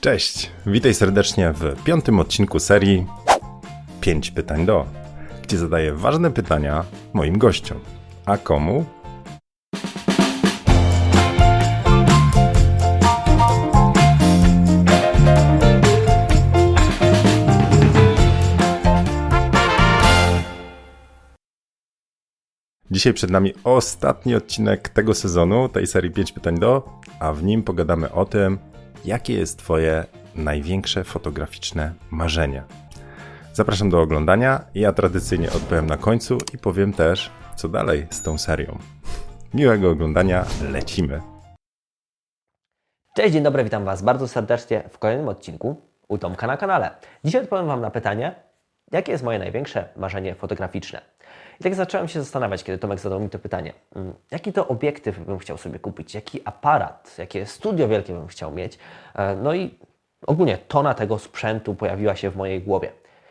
Cześć, witaj serdecznie w 5. odcinku serii 5 pytań do, gdzie zadaję ważne pytania moim gościom. A komu? Dzisiaj przed nami ostatni odcinek tego sezonu, tej serii 5 pytań do, a w nim pogadamy o tym, jakie jest Twoje największe fotograficzne marzenie. Zapraszam do oglądania. Ja tradycyjnie odpowiem na końcu i powiem też, co dalej z tą serią. Miłego oglądania, lecimy. Cześć, dzień dobry, witam Was bardzo serdecznie w kolejnym odcinku u Tomka na kanale. Dzisiaj odpowiem Wam na pytanie, jakie jest moje największe marzenie fotograficzne. I tak zacząłem się zastanawiać, kiedy Tomek zadał mi to pytanie. Jaki to obiektyw bym chciał sobie kupić? Jaki aparat? Jakie studio wielkie bym chciał mieć? No i ogólnie tona tego sprzętu pojawiła się w mojej głowie.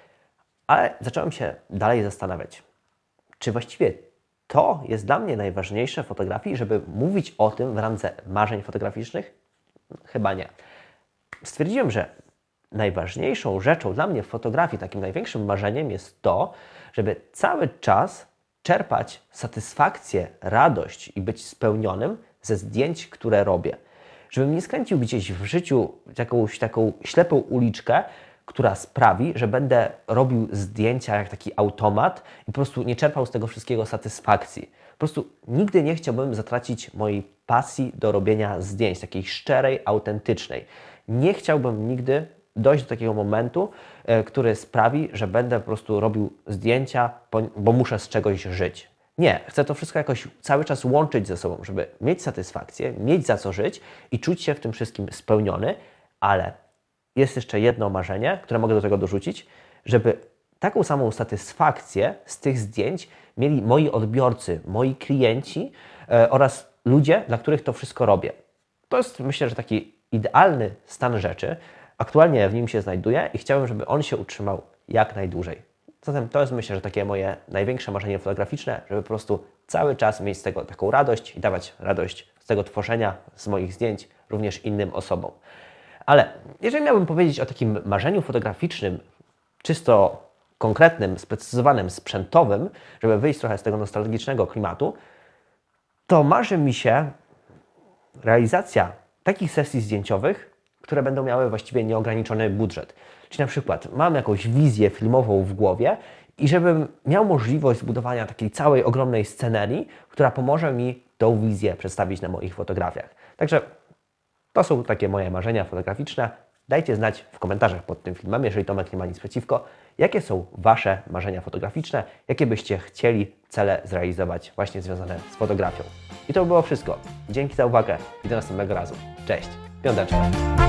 Ale zacząłem się dalej zastanawiać, czy właściwie to jest dla mnie najważniejsze w fotografii, żeby mówić o tym w randze marzeń fotograficznych? Chyba nie. Stwierdziłem, że najważniejszą rzeczą dla mnie w fotografii, takim największym marzeniem jest to, żeby cały czas czerpać satysfakcję, radość i być spełnionym ze zdjęć, które robię. Żebym nie skręcił gdzieś w życiu jakąś taką ślepą uliczkę, która sprawi, że będę robił zdjęcia jak taki automat i po prostu nie czerpał z tego wszystkiego satysfakcji. Po prostu nigdy nie chciałbym zatracić mojej pasji do robienia zdjęć, takiej szczerej, autentycznej. Nie chciałbym nigdy dojść do takiego momentu, który sprawi, że będę po prostu robił zdjęcia, bo muszę z czegoś żyć. Nie, chcę to wszystko jakoś cały czas łączyć ze sobą, żeby mieć satysfakcję, mieć za co żyć i czuć się w tym wszystkim spełniony, ale jest jeszcze jedno marzenie, które mogę do tego dorzucić, żeby taką samą satysfakcję z tych zdjęć mieli moi odbiorcy, moi klienci oraz ludzie, dla których to wszystko robię. To jest, myślę, że taki idealny stan rzeczy. Aktualnie w nim się znajduję i chciałbym, żeby on się utrzymał jak najdłużej. Zatem to jest, myślę, że takie moje największe marzenie fotograficzne, żeby po prostu cały czas mieć z tego taką radość i dawać radość z tego tworzenia, z moich zdjęć również innym osobom. Ale jeżeli miałbym powiedzieć o takim marzeniu fotograficznym, czysto konkretnym, sprecyzowanym, sprzętowym, żeby wyjść trochę z tego nostalgicznego klimatu, to marzy mi się realizacja takich sesji zdjęciowych, które będą miały właściwie nieograniczony budżet. Czyli na przykład mam jakąś wizję filmową w głowie i żebym miał możliwość zbudowania takiej całej ogromnej scenerii, która pomoże mi tą wizję przedstawić na moich fotografiach. Także to są takie moje marzenia fotograficzne. Dajcie znać w komentarzach pod tym filmem, jeżeli Tomek nie ma nic przeciwko, jakie są Wasze marzenia fotograficzne, jakie byście chcieli cele zrealizować właśnie związane z fotografią. I to by było wszystko. Dzięki za uwagę i do następnego razu. Cześć, piąteczka.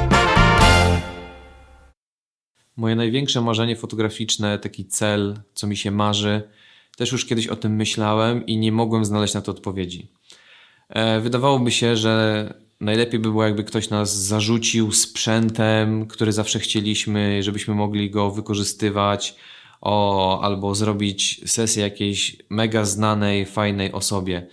Moje największe marzenie fotograficzne, taki cel, co mi się marzy, też już kiedyś o tym myślałem i nie mogłem znaleźć na to odpowiedzi. Wydawałoby się, że najlepiej by było, jakby ktoś nas zarzucił sprzętem, który zawsze chcieliśmy, żebyśmy mogli go wykorzystywać, albo zrobić sesję jakiejś mega znanej, fajnej osobie.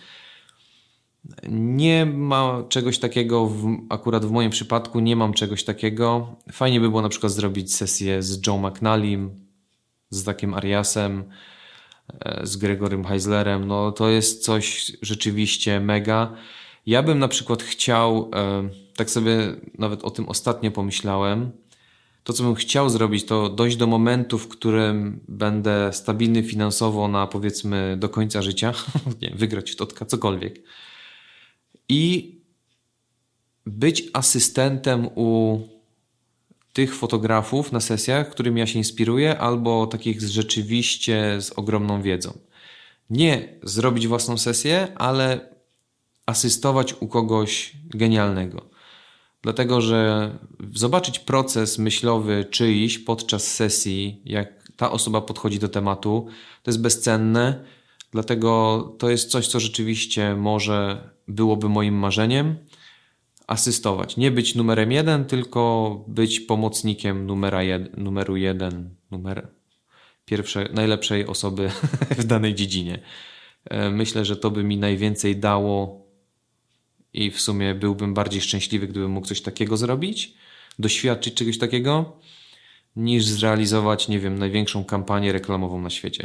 Nie ma czegoś takiego, akurat w moim przypadku nie mam czegoś takiego. Fajnie by było na przykład zrobić sesję z Joe McNallim, z Zackiem Ariasem, z Gregorym Heislerem. No to jest coś rzeczywiście mega. Ja bym na przykład chciał, tak sobie nawet o tym ostatnio pomyślałem, to co bym chciał zrobić, to dojść do momentu, w którym będę stabilny finansowo na powiedzmy do końca życia, nie, wygrać w totka, cokolwiek. I być asystentem u tych fotografów na sesjach, którymi ja się inspiruję, albo takich rzeczywiście z ogromną wiedzą. Nie zrobić własną sesję, ale asystować u kogoś genialnego. Dlatego, że zobaczyć proces myślowy czyjś podczas sesji, jak ta osoba podchodzi do tematu, to jest bezcenne. Dlatego to jest coś, co rzeczywiście może byłoby moim marzeniem. Asystować. Nie być numerem 1, tylko być pomocnikiem numeru 1, najlepszej osoby w danej dziedzinie. Myślę, że to by mi najwięcej dało i w sumie byłbym bardziej szczęśliwy, gdybym mógł coś takiego zrobić. doświadczyć czegoś takiego, niż zrealizować, nie wiem, największą kampanię reklamową na świecie.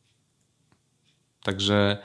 Także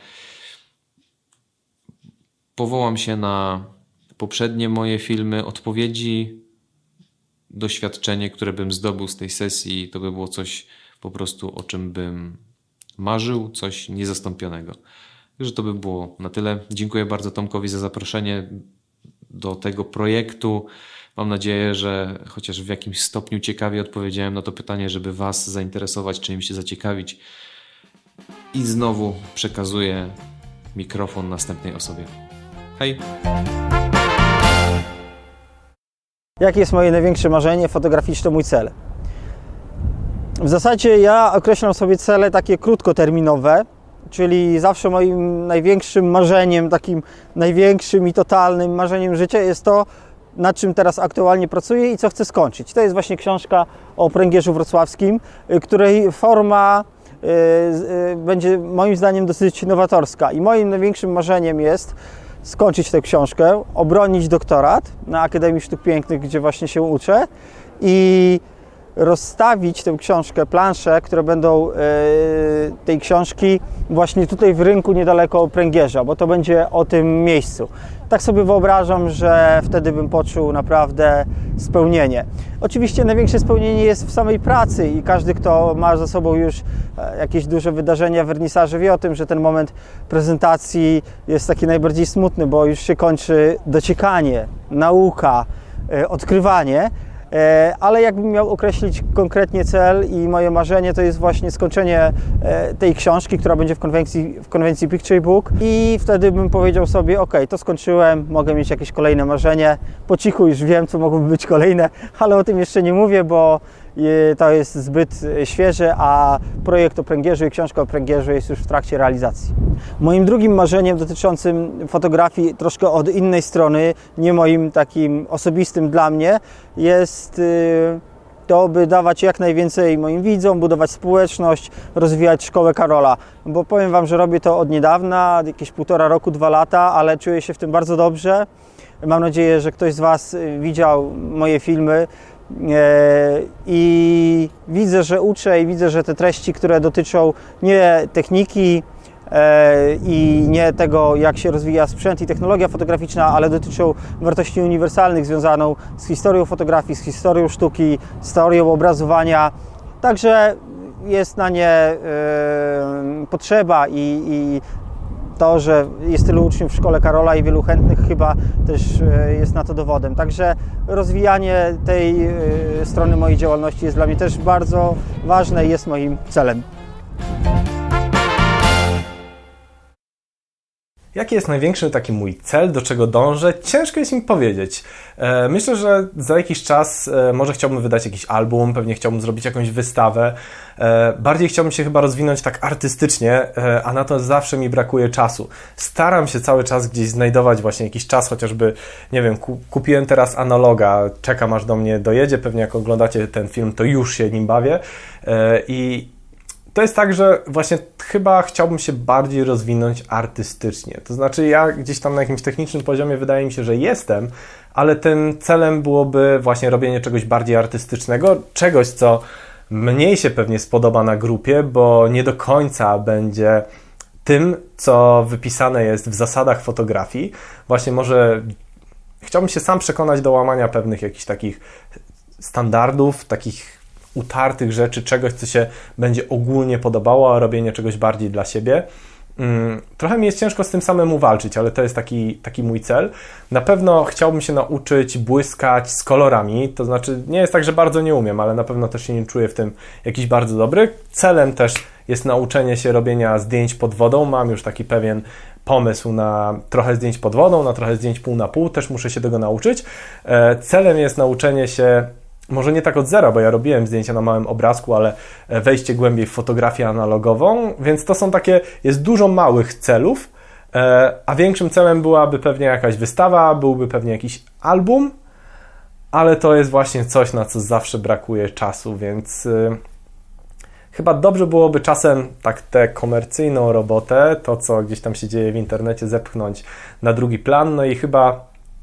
powołam się na poprzednie moje filmy, odpowiedzi, doświadczenie, które bym zdobył z tej sesji. To by było coś po prostu, o czym bym marzył, coś niezastąpionego. Także to by było na tyle. Dziękuję bardzo Tomkowi za zaproszenie do tego projektu. Mam nadzieję, że chociaż w jakimś stopniu ciekawie odpowiedziałem na to pytanie, żeby Was zainteresować, czymś się zaciekawić. I znowu przekazuję mikrofon następnej osobie. Hej! Jakie jest moje największe marzenie fotograficzne, mój cel? W zasadzie ja określam sobie cele takie krótkoterminowe, czyli zawsze moim największym marzeniem, takim największym i totalnym marzeniem życia jest to, nad czym teraz aktualnie pracuję i co chcę skończyć. To jest właśnie książka o pręgierzu wrocławskim, której forma będzie moim zdaniem dosyć nowatorska i moim największym marzeniem jest skończyć tę książkę, obronić doktorat na Akademii Sztuk Pięknych, gdzie właśnie się uczę i rozstawić tę książkę, plansze, które będą tej książki właśnie tutaj w rynku niedaleko Pręgierza, bo to będzie o tym miejscu. Tak sobie wyobrażam, że wtedy bym poczuł naprawdę spełnienie. Oczywiście największe spełnienie jest w samej pracy i każdy, kto ma za sobą już jakieś duże wydarzenia, wernisaże, wie o tym, że ten moment prezentacji jest taki najbardziej smutny, bo już się kończy dociekanie, nauka, odkrywanie. Ale jakbym miał określić konkretnie cel i moje marzenie, to jest właśnie skończenie tej książki, która będzie w konwencji Picture Book i wtedy bym powiedział sobie, ok, to skończyłem, mogę mieć jakieś kolejne marzenie, po cichu już wiem, co mogłoby być kolejne, ale o tym jeszcze nie mówię, bo to jest zbyt świeże, a projekt o pręgierzu i książka o pręgierzu jest już w trakcie realizacji. Moim drugim marzeniem dotyczącym fotografii troszkę od innej strony, nie moim takim osobistym dla mnie, jest to, by dawać jak najwięcej moim widzom, budować społeczność, rozwijać szkołę Karola. Bo powiem Wam, że robię to od niedawna, jakieś 1,5 roku, 2 lata, ale czuję się w tym bardzo dobrze. Mam nadzieję, że ktoś z Was widział moje filmy. I widzę, że uczę i widzę, że te treści, które dotyczą nie techniki i nie tego, jak się rozwija sprzęt i technologia fotograficzna, ale dotyczą wartości uniwersalnych związaną z historią fotografii, z historią sztuki, z teorią obrazowania. Także jest na nie potrzeba i to, że jest tylu uczniów w szkole Karola i wielu chętnych, chyba też jest na to dowodem. Także rozwijanie tej strony mojej działalności jest dla mnie też bardzo ważne i jest moim celem. Jaki jest największy taki mój cel, do czego dążę? Ciężko jest mi powiedzieć. Myślę, że za jakiś czas może chciałbym wydać jakiś album, pewnie chciałbym zrobić jakąś wystawę. Bardziej chciałbym się chyba rozwinąć tak artystycznie, a na to zawsze mi brakuje czasu. Staram się cały czas gdzieś znajdować właśnie jakiś czas, chociażby, nie wiem, kupiłem teraz analoga, czekam aż do mnie dojedzie, pewnie jak oglądacie ten film, to już się nim bawię i to jest tak, że właśnie chyba chciałbym się bardziej rozwinąć artystycznie. To znaczy ja gdzieś tam na jakimś technicznym poziomie wydaje mi się, że jestem, ale tym celem byłoby właśnie robienie czegoś bardziej artystycznego, czegoś, co mniej się pewnie spodoba na grupie, bo nie do końca będzie tym, co wypisane jest w zasadach fotografii. Właśnie może chciałbym się sam przekonać do łamania pewnych jakichś takich standardów, takich utartych rzeczy, czegoś, co się będzie ogólnie podobało, a robienie czegoś bardziej dla siebie. Trochę mi jest ciężko z tym samemu walczyć, ale to jest taki mój cel. Na pewno chciałbym się nauczyć błyskać z kolorami, to znaczy nie jest tak, że bardzo nie umiem, ale na pewno też się nie czuję w tym jakiś bardzo dobry. Celem też jest nauczenie się robienia zdjęć pod wodą. Mam już taki pewien pomysł na trochę zdjęć pod wodą, na trochę zdjęć pół na pół, też muszę się tego nauczyć. Celem jest nauczenie się, może nie tak od zera, bo ja robiłem zdjęcia na małym obrazku, ale wejście głębiej w fotografię analogową, więc to są takie, jest dużo małych celów, a większym celem byłaby pewnie jakaś wystawa, byłby pewnie jakiś album, ale to jest właśnie coś, na co zawsze brakuje czasu, więc chyba dobrze byłoby czasem tak tę komercyjną robotę, to co gdzieś tam się dzieje w internecie, zepchnąć na drugi plan, no i chyba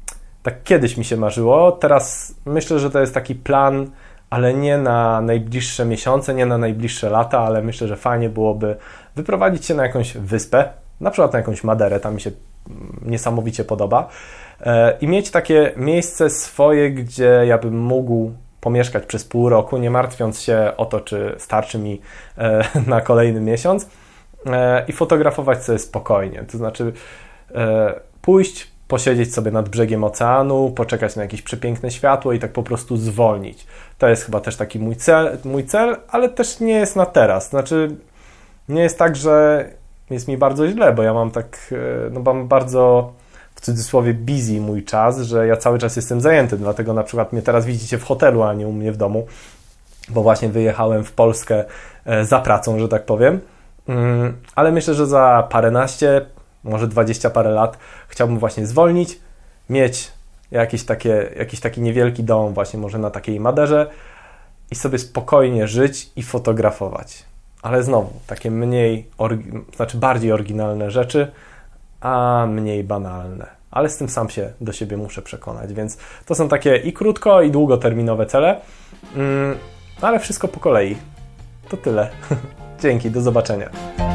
tak kiedyś mi się marzyło. Teraz myślę, że to jest taki plan, ale nie na najbliższe miesiące, nie na najbliższe lata, ale myślę, że fajnie byłoby wyprowadzić się na jakąś wyspę, na przykład na jakąś Maderę, tam mi się niesamowicie podoba, i mieć takie miejsce swoje, gdzie ja bym mógł pomieszkać przez pół roku, nie martwiąc się o to, czy starczy mi na kolejny miesiąc, i fotografować sobie spokojnie. To znaczy pójść, posiedzieć sobie nad brzegiem oceanu, poczekać na jakieś przepiękne światło i tak po prostu zwolnić. To jest chyba też taki mój cel, ale też nie jest na teraz. Znaczy nie jest tak, że jest mi bardzo źle, bo ja mam mam bardzo, w cudzysłowie, busy mój czas, że ja cały czas jestem zajęty, dlatego na przykład mnie teraz widzicie w hotelu, a nie u mnie w domu, bo właśnie wyjechałem w Polskę za pracą, że tak powiem, ale myślę, że za paręnaście, może 20 parę lat chciałbym właśnie zwolnić, mieć jakiś taki niewielki dom właśnie może na takiej Maderze i sobie spokojnie żyć i fotografować. Ale znowu, takie bardziej oryginalne rzeczy, a mniej banalne. Ale z tym sam się do siebie muszę przekonać, więc to są takie i krótko, i długoterminowe cele, ale wszystko po kolei. To tyle. Dzięki, do zobaczenia.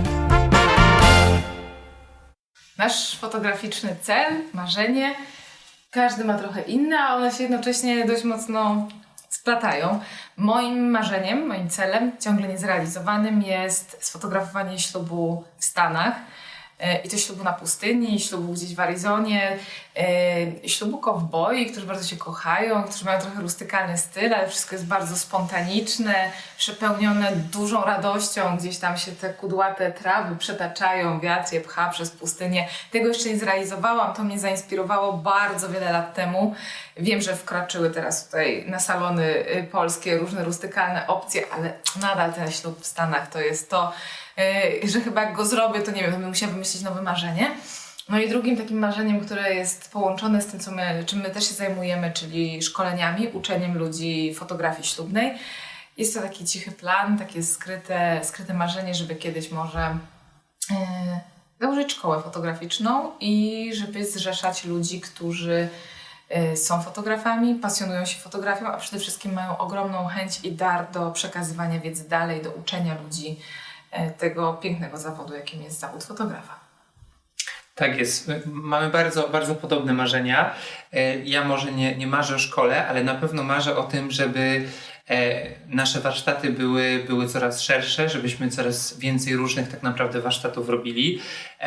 Nasz fotograficzny cel, marzenie, każdy ma trochę inne, a one się jednocześnie dość mocno splatają. Moim marzeniem, moim celem, ciągle niezrealizowanym jest sfotografowanie ślubu w Stanach. I to ślubu na pustyni, ślubu gdzieś w Arizonie, ślubu kowboi, którzy bardzo się kochają, którzy mają trochę rustykalny styl, ale wszystko jest bardzo spontaniczne, przepełnione dużą radością. Gdzieś tam się te kudłate trawy przetaczają, wiatr je pcha przez pustynię. Tego jeszcze nie zrealizowałam, to mnie zainspirowało bardzo wiele lat temu. Wiem, że wkroczyły teraz tutaj na salony polskie różne rustykalne opcje, ale nadal ten ślub w Stanach to jest to, że chyba jak go zrobię, to nie wiem, bym musiała wymyślić nowe marzenie. No i drugim takim marzeniem, które jest połączone z tym, czym my też się zajmujemy, czyli szkoleniami, uczeniem ludzi fotografii ślubnej. Jest to taki cichy plan, takie skryte marzenie, żeby kiedyś może założyć szkołę fotograficzną i żeby zrzeszać ludzi, którzy są fotografami, pasjonują się fotografią, a przede wszystkim mają ogromną chęć i dar do przekazywania wiedzy dalej, do uczenia ludzi tego pięknego zawodu, jakim jest zawód fotografa. Tak jest. Mamy bardzo, bardzo podobne marzenia. Ja może nie marzę o szkole, ale na pewno marzę o tym, żeby nasze warsztaty były coraz szersze, żebyśmy coraz więcej różnych tak naprawdę warsztatów robili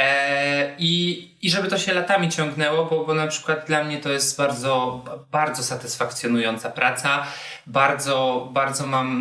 i żeby to się latami ciągnęło, bo na przykład dla mnie to jest bardzo, bardzo satysfakcjonująca praca. Bardzo, bardzo mam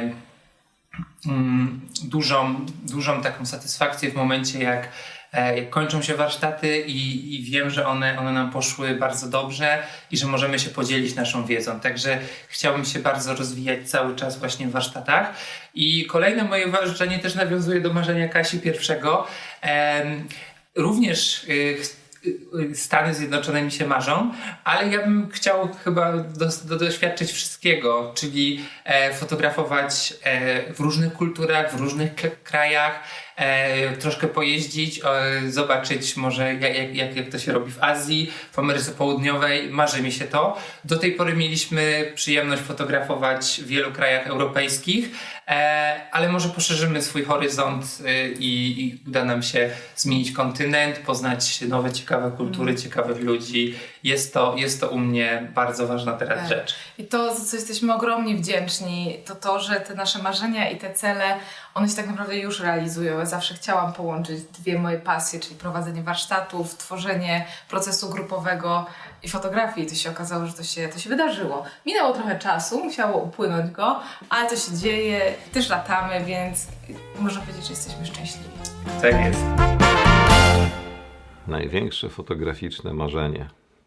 dużą taką satysfakcję w momencie, jak kończą się warsztaty i wiem, że one nam poszły bardzo dobrze i że możemy się podzielić naszą wiedzą. Także chciałbym się bardzo rozwijać cały czas właśnie w warsztatach. I kolejne moje marzenie też nawiązuje do marzenia Kasi pierwszego. Również Stany Zjednoczone mi się marzą, ale ja bym chciał chyba doświadczyć wszystkiego, czyli fotografować w różnych kulturach, w różnych krajach, troszkę pojeździć, zobaczyć może jak to się robi w Azji, w Ameryce Południowej. Marzy mi się to. Do tej pory mieliśmy przyjemność fotografować w wielu krajach europejskich, ale może poszerzymy swój horyzont i uda nam się zmienić kontynent, poznać nowe, ciekawe kultury, ciekawych ludzi. Jest to u mnie bardzo ważna teraz rzecz. I to, za co jesteśmy ogromnie wdzięczni, to, że te nasze marzenia i te cele, one się tak naprawdę już realizują. Ja zawsze chciałam połączyć dwie moje pasje, czyli prowadzenie warsztatów, tworzenie procesu grupowego i fotografii. I to się okazało, że to się wydarzyło. Minęło trochę czasu, musiało upłynąć go, ale to się dzieje, też latamy, więc można powiedzieć, że jesteśmy szczęśliwi. Tak jest. Największe fotograficzne marzenie.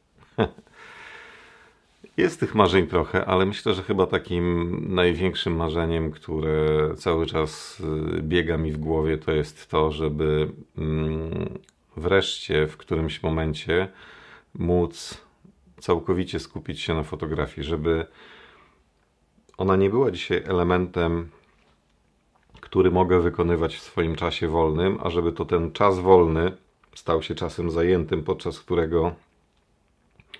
Jest tych marzeń trochę, ale myślę, że chyba takim największym marzeniem, które cały czas biega mi w głowie, to jest to, żeby wreszcie w którymś momencie móc całkowicie skupić się na fotografii, żeby ona nie była dzisiaj elementem, który mogę wykonywać w swoim czasie wolnym, a żeby to ten czas wolny stał się czasem zajętym, podczas którego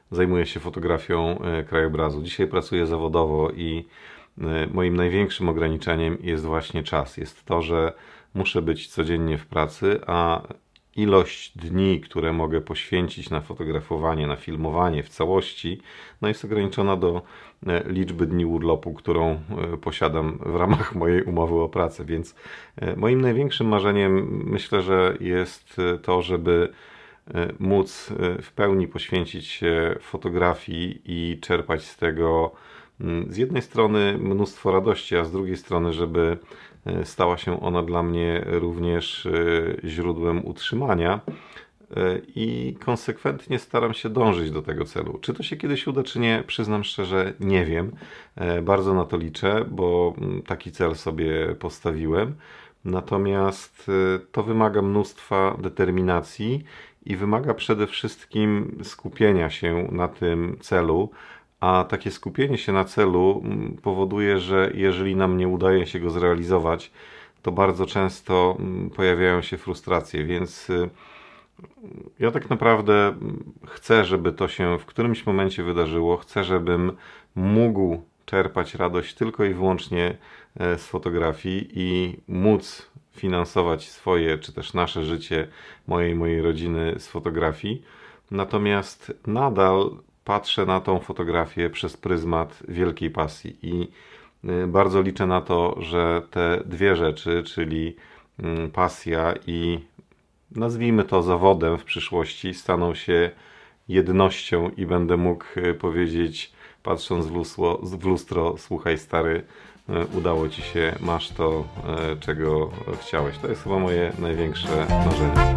zajmuję się fotografią krajobrazu. Dzisiaj pracuję zawodowo i moim największym ograniczeniem jest właśnie czas. Jest to, że muszę być codziennie w pracy, a ilość dni, które mogę poświęcić na fotografowanie, na filmowanie w całości, no jest ograniczona do liczby dni urlopu, którą posiadam w ramach mojej umowy o pracę. Więc moim największym marzeniem myślę, że jest to, żeby móc w pełni poświęcić się fotografii i czerpać z tego z jednej strony mnóstwo radości, a z drugiej strony, żeby stała się ona dla mnie również źródłem utrzymania i konsekwentnie staram się dążyć do tego celu. Czy to się kiedyś uda, czy nie, przyznam szczerze, nie wiem. Bardzo na to liczę, bo taki cel sobie postawiłem. Natomiast to wymaga mnóstwa determinacji i wymaga przede wszystkim skupienia się na tym celu, a takie skupienie się na celu powoduje, że jeżeli nam nie udaje się go zrealizować, to bardzo często pojawiają się frustracje, więc ja tak naprawdę chcę, żeby to się w którymś momencie wydarzyło, chcę, żebym mógł czerpać radość tylko i wyłącznie z fotografii i móc finansować swoje, czy też nasze życie, mojej rodziny z fotografii. Natomiast nadal patrzę na tą fotografię przez pryzmat wielkiej pasji i bardzo liczę na to, że te dwie rzeczy, czyli pasja i nazwijmy to zawodem w przyszłości, staną się jednością i będę mógł powiedzieć, patrząc w lustro, słuchaj stary, udało ci się, masz to, czego chciałeś. To jest chyba moje największe marzenie.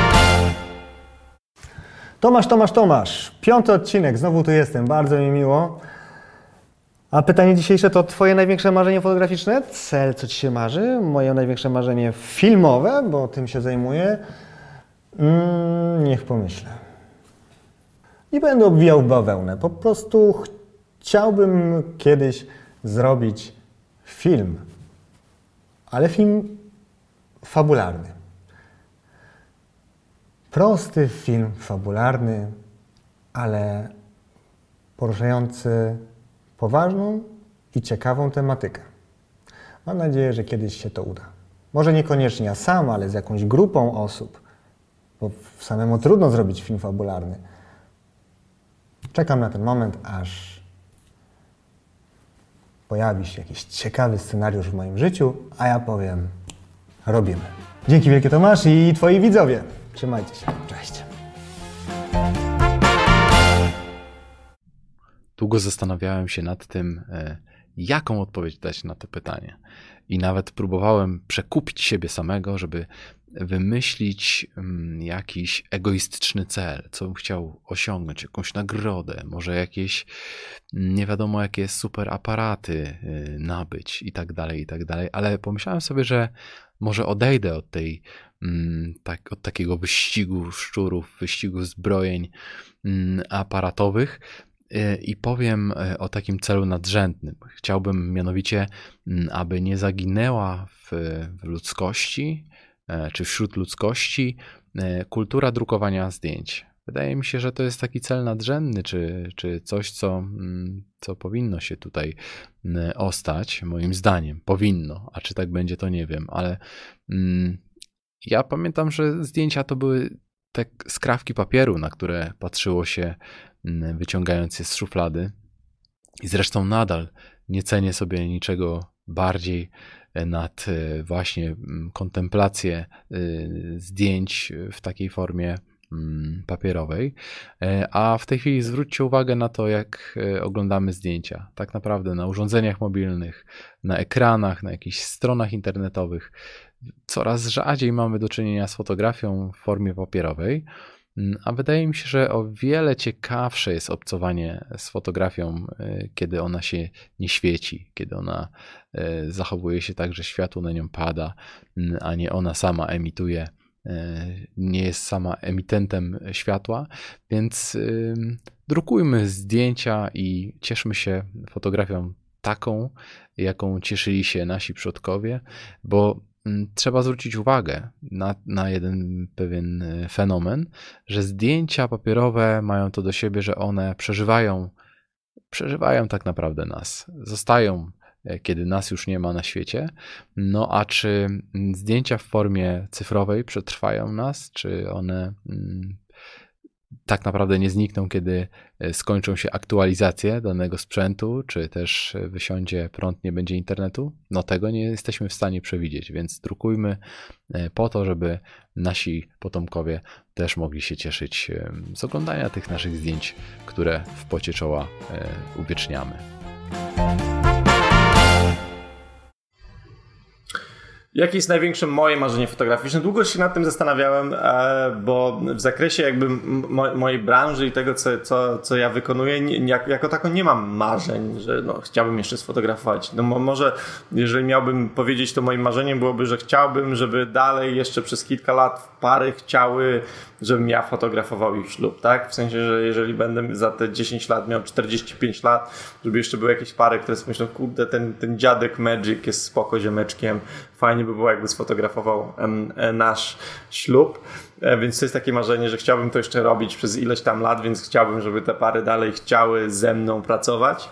Tomasz, 5. odcinek, znowu tu jestem, bardzo mi miło. A pytanie dzisiejsze to twoje największe marzenie fotograficzne? Cel, co ci się marzy? Moje największe marzenie filmowe, bo tym się zajmuję. Niech pomyślę. Nie będę obwijał w bawełnę, po prostu chciałbym kiedyś zrobić film, ale film fabularny. Prosty film fabularny, ale poruszający poważną i ciekawą tematykę. Mam nadzieję, że kiedyś się to uda. Może niekoniecznie ja sam, ale z jakąś grupą osób, bo samemu trudno zrobić film fabularny. Czekam na ten moment, aż pojawi się jakiś ciekawy scenariusz w moim życiu, a ja powiem, robimy. Dzięki wielkie, Tomasz, i twoi widzowie. Trzymajcie się. Cześć. Długo zastanawiałem się nad tym, jaką odpowiedź dać na to pytanie. I nawet próbowałem przekupić siebie samego, żeby wymyślić jakiś egoistyczny cel, co bym chciał osiągnąć, jakąś nagrodę, może jakieś nie wiadomo jakie super aparaty nabyć i tak dalej, ale pomyślałem sobie, że może odejdę od od takiego wyścigu szczurów, wyścigu zbrojeń aparatowych i powiem o takim celu nadrzędnym. Chciałbym mianowicie, aby nie zaginęła w ludzkości, czy wśród ludzkości kultura drukowania zdjęć. Wydaje mi się, że to jest taki cel nadrzędny, czy coś, co powinno się tutaj ostać, moim zdaniem. Powinno, a czy tak będzie, to nie wiem, ale ja pamiętam, że zdjęcia to były te skrawki papieru, na które patrzyło się, wyciągając je z szuflady. I zresztą nadal nie cenię sobie niczego bardziej nad właśnie kontemplację zdjęć w takiej formie papierowej, a w tej chwili zwróćcie uwagę na to, jak oglądamy zdjęcia. Tak naprawdę na urządzeniach mobilnych, na ekranach, na jakichś stronach internetowych. Coraz rzadziej mamy do czynienia z fotografią w formie papierowej, a wydaje mi się, że o wiele ciekawsze jest obcowanie z fotografią, kiedy ona się nie świeci, kiedy ona zachowuje się tak, że światło na nią pada, a nie ona sama emituje, nie jest sama emitentem światła, więc drukujmy zdjęcia i cieszmy się fotografią taką, jaką cieszyli się nasi przodkowie, bo trzeba zwrócić uwagę na jeden pewien fenomen, że zdjęcia papierowe mają to do siebie, że one przeżywają tak naprawdę nas. Zostają, kiedy nas już nie ma na świecie. No a czy zdjęcia w formie cyfrowej przetrwają nas, czy one tak naprawdę nie znikną, kiedy skończą się aktualizacje danego sprzętu, czy też wysiądzie prąd, nie będzie internetu? No tego nie jesteśmy w stanie przewidzieć, więc drukujmy po to, żeby nasi potomkowie też mogli się cieszyć z oglądania tych naszych zdjęć, które w pocie czoła uwieczniamy. Jakie jest największe moje marzenie fotograficzne? Długo się nad tym zastanawiałem, bo w zakresie jakby mojej branży i tego, co ja wykonuję, jako tako nie mam marzeń, że chciałbym jeszcze sfotografować. No może, jeżeli miałbym powiedzieć, to moim marzeniem byłoby, że chciałbym, żeby dalej jeszcze przez kilka lat pary chciały, żebym ja fotografował ich ślub, tak? W sensie, że jeżeli będę za te 10 lat miał 45 lat, żeby jeszcze były jakieś pary, które sobie myślą, kurde, ten dziadek Magic jest spoko ziomeczkiem, fajnie by było, jakby sfotografował nasz ślub, więc to jest takie marzenie, że chciałbym to jeszcze robić przez ileś tam lat, więc chciałbym, żeby te pary dalej chciały ze mną pracować.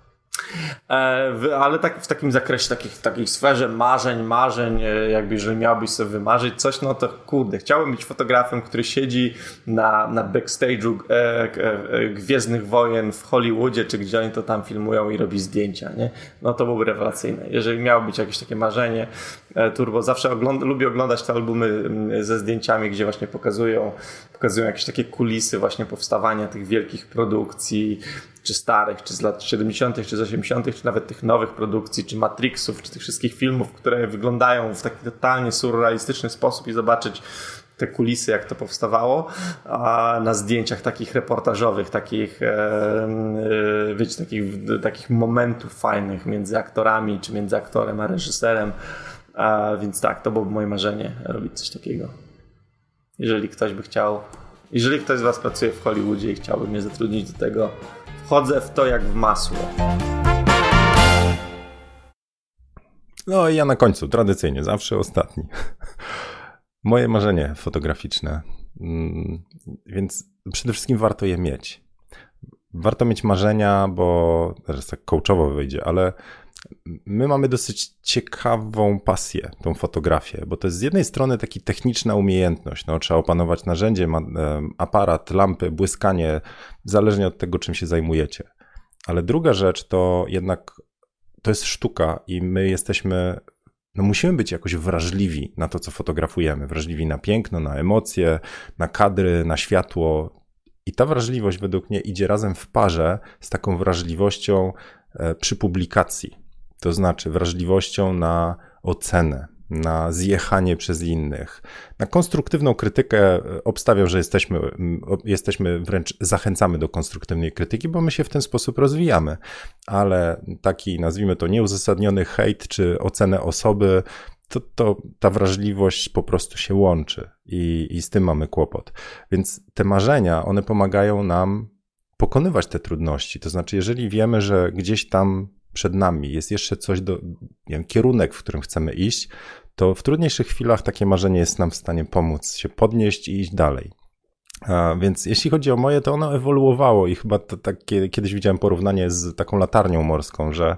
Ale tak w takim zakresie, takiej sferze marzeń, jakby jeżeli miałbyś sobie wymarzyć coś, no to kurde, chciałbym być fotografem, który siedzi na backstage'u Gwiezdnych Wojen w Hollywoodzie, czy gdzie oni to tam filmują i robi zdjęcia, nie? No to byłoby rewelacyjne. Jeżeli miało być jakieś takie marzenie turbo, zawsze lubię oglądać te albumy ze zdjęciami, gdzie właśnie pokazują jakieś takie kulisy właśnie powstawania tych wielkich produkcji, czy starych, czy z lat 70., czy z 80., czy nawet tych nowych produkcji, czy Matrixów, czy tych wszystkich filmów, które wyglądają w taki totalnie surrealistyczny sposób i zobaczyć te kulisy, jak to powstawało, a na zdjęciach takich reportażowych, takich, wiecie, takich momentów fajnych między aktorami, czy między aktorem a reżyserem. Więc tak, to byłoby moje marzenie, robić coś takiego. Jeżeli ktoś z was pracuje w Hollywoodzie i chciałby mnie zatrudnić do tego, wchodzę w to jak w masło. No i ja na końcu, tradycyjnie, zawsze ostatni. Moje marzenie fotograficzne. Więc przede wszystkim warto je mieć. Warto mieć marzenia, bo teraz tak coachowo wyjdzie, ale my mamy dosyć ciekawą pasję, tą fotografię, bo to jest z jednej strony taka techniczna umiejętność. No, trzeba opanować narzędzie, aparat, lampy, błyskanie, zależnie od tego, czym się zajmujecie. Ale druga rzecz to jednak to jest sztuka i my musimy być jakoś wrażliwi na to, co fotografujemy. Wrażliwi na piękno, na emocje, na kadry, na światło. I ta wrażliwość według mnie idzie razem w parze z taką wrażliwością przy publikacji. To znaczy wrażliwością na ocenę, na zjechanie przez innych, na konstruktywną krytykę. Obstawiam, że jesteśmy wręcz zachęcamy do konstruktywnej krytyki, bo my się w ten sposób rozwijamy, ale taki, nazwijmy to, nieuzasadniony hejt czy ocenę osoby, to ta wrażliwość po prostu się łączy i z tym mamy kłopot. Więc te marzenia, one pomagają nam pokonywać te trudności. To znaczy, jeżeli wiemy, że gdzieś tam przed nami jest jeszcze coś, kierunek, w którym chcemy iść, to w trudniejszych chwilach takie marzenie jest nam w stanie pomóc się podnieść i iść dalej. Więc jeśli chodzi o moje, to ono ewoluowało i chyba to takie, kiedyś widziałem porównanie z taką latarnią morską, że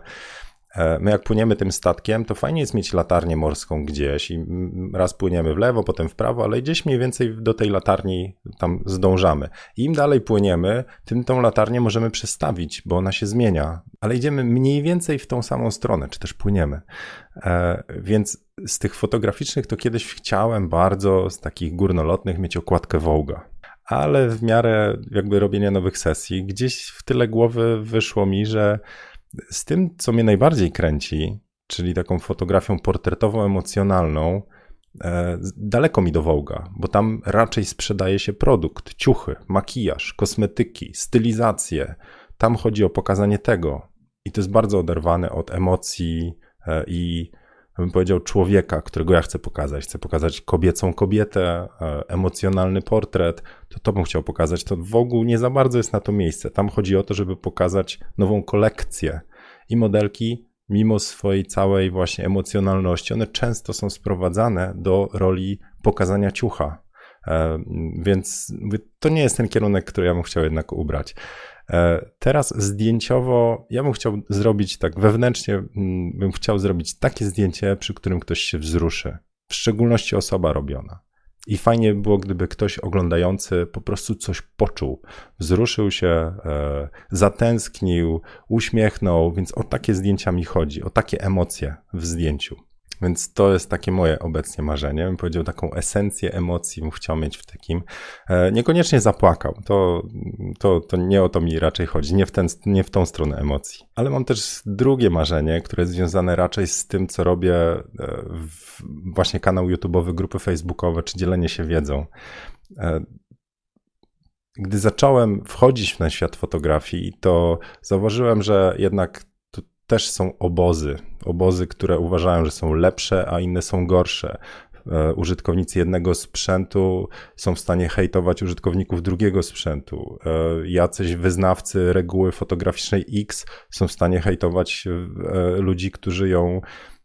my jak płyniemy tym statkiem, to fajnie jest mieć latarnię morską gdzieś i raz płyniemy w lewo, potem w prawo, ale gdzieś mniej więcej do tej latarni tam zdążamy. I im dalej płyniemy, tym tą latarnię możemy przestawić, bo ona się zmienia, ale idziemy mniej więcej w tą samą stronę, czy też płyniemy. Więc z tych fotograficznych to kiedyś chciałem bardzo, z takich górnolotnych, mieć okładkę Vogue'a. Ale w miarę jakby robienia nowych sesji, gdzieś w tyle głowy wyszło mi, że z tym, co mnie najbardziej kręci, czyli taką fotografią portretową, emocjonalną, daleko mi do Vogue'a, bo tam raczej sprzedaje się produkt, ciuchy, makijaż, kosmetyki, stylizację. Tam chodzi o pokazanie tego i to jest bardzo oderwane od emocji i, bym powiedział, człowieka, którego ja chcę pokazać. Chcę pokazać kobiecą kobietę, emocjonalny portret. To bym chciał pokazać. To w Vogue'u nie za bardzo jest na to miejsce. Tam chodzi o to, żeby pokazać nową kolekcję. I modelki mimo swojej całej właśnie emocjonalności, one często są sprowadzane do roli pokazania ciucha. Więc to nie jest ten kierunek, który ja bym chciał jednak ubrać. Teraz zdjęciowo ja bym chciał zrobić tak wewnętrznie, bym chciał zrobić takie zdjęcie, przy którym ktoś się wzruszy, w szczególności osoba robiona. I fajnie by było, gdyby ktoś oglądający po prostu coś poczuł, wzruszył się, zatęsknił, uśmiechnął, więc o takie zdjęcia mi chodzi, o takie emocje w zdjęciu. Więc to jest takie moje obecnie marzenie. Bym powiedział, taką esencję emocji bym chciał mieć w takim. Niekoniecznie zapłakał. To nie o to mi raczej chodzi. Nie w tą stronę emocji. Ale mam też drugie marzenie, które jest związane raczej z tym, co robię właśnie kanał YouTube'owy, grupy facebookowe, czy dzielenie się wiedzą. Gdy zacząłem wchodzić w ten świat fotografii, to zauważyłem, że jednak też są obozy, które uważają, że są lepsze, a inne są gorsze. Użytkownicy jednego sprzętu są w stanie hejtować użytkowników drugiego sprzętu. Jacyś wyznawcy reguły fotograficznej X są w stanie hejtować ludzi, którzy ją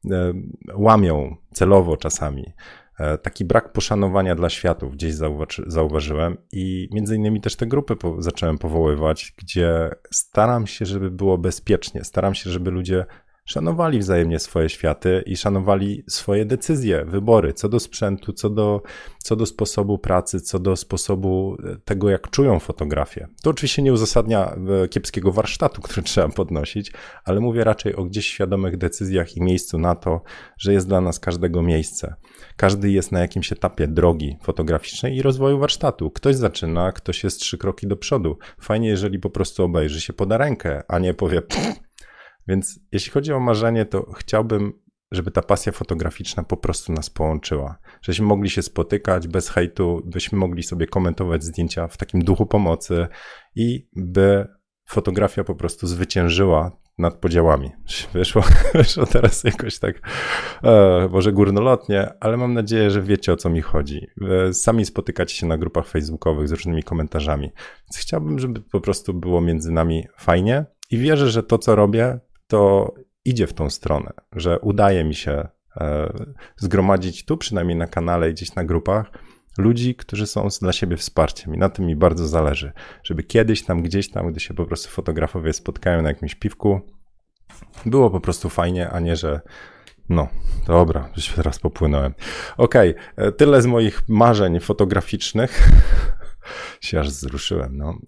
łamią celowo czasami. Taki brak poszanowania dla światów gdzieś zauważyłem i między innymi też te grupy zacząłem powoływać, gdzie staram się, żeby było bezpiecznie, staram się, żeby ludzie szanowali wzajemnie swoje światy i szanowali swoje decyzje, wybory co do sprzętu, co do sposobu pracy, co do sposobu tego, jak czują fotografię. To oczywiście nie uzasadnia kiepskiego warsztatu, który trzeba podnosić, ale mówię raczej o gdzieś świadomych decyzjach i miejscu na to, że jest dla nas każdego miejsce. Każdy jest na jakimś etapie drogi fotograficznej i rozwoju warsztatu. Ktoś zaczyna, ktoś jest 3 kroki do przodu. Fajnie, jeżeli po prostu obejrzy się, poda rękę, a nie powie Więc jeśli chodzi o marzenie, to chciałbym, żeby ta pasja fotograficzna po prostu nas połączyła. Żebyśmy mogli się spotykać bez hejtu, byśmy mogli sobie komentować zdjęcia w takim duchu pomocy i by fotografia po prostu zwyciężyła nad podziałami. Wyszło teraz jakoś tak może górnolotnie, ale mam nadzieję, że wiecie, o co mi chodzi. Sami spotykacie się na grupach facebookowych z różnymi komentarzami. Więc chciałbym, żeby po prostu było między nami fajnie i wierzę, że to, co robię, to idzie w tą stronę, że udaje mi się zgromadzić tu, przynajmniej na kanale i gdzieś na grupach, ludzi, którzy są dla siebie wsparciem i na tym mi bardzo zależy, żeby kiedyś tam, gdzieś tam, gdy się po prostu fotografowie spotkają na jakimś piwku, było po prostu fajnie, a nie, że no, dobra, już teraz popłynąłem. Okej, tyle z moich marzeń fotograficznych. Się aż wzruszyłem, no.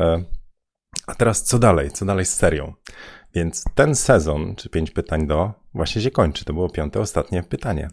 A teraz co dalej? Co dalej z serią? Więc ten sezon, czy 5 pytań do, właśnie się kończy. To było 5. ostatnie pytanie.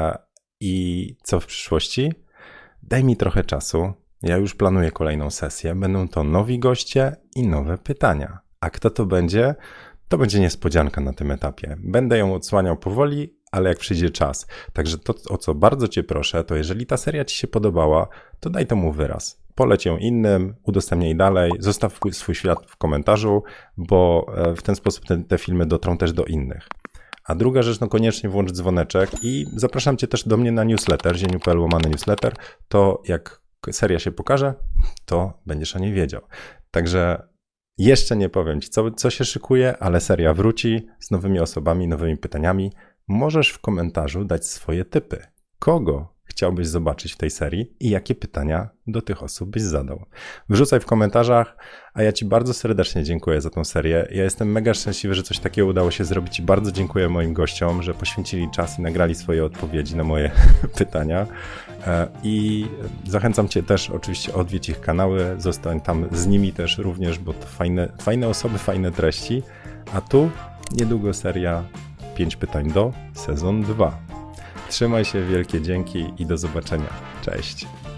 I co w przyszłości? Daj mi trochę czasu. Ja już planuję kolejną sesję. Będą to nowi goście i nowe pytania. A kto to będzie? To będzie niespodzianka na tym etapie. Będę ją odsłaniał powoli, ale jak przyjdzie czas. Także to, o co bardzo cię proszę, to jeżeli ta seria ci się podobała, to daj temu wyraz. Poleć ją innym, udostępnij dalej, zostaw swój ślad w komentarzu, bo w ten sposób te filmy dotrą też do innych. A druga rzecz, no koniecznie włącz dzwoneczek i zapraszam cię też do mnie na newsletter, zieniu.pl/newsletter, to jak seria się pokaże, to będziesz o niej wiedział. Także jeszcze nie powiem ci, co się szykuje, ale seria wróci z nowymi osobami, nowymi pytaniami. Możesz w komentarzu dać swoje typy. Kogo chciałbyś zobaczyć w tej serii i jakie pytania do tych osób byś zadał. Wrzucaj w komentarzach, a ja ci bardzo serdecznie dziękuję za tą serię. Ja jestem mega szczęśliwy, że coś takiego udało się zrobić i bardzo dziękuję moim gościom, że poświęcili czas i nagrali swoje odpowiedzi na moje pytania. I zachęcam cię też oczywiście odwiedź ich kanały, zostań tam z nimi też również, bo to fajne osoby, fajne treści. A tu niedługo seria 5 pytań do sezon 2. Trzymaj się, wielkie dzięki i do zobaczenia. Cześć.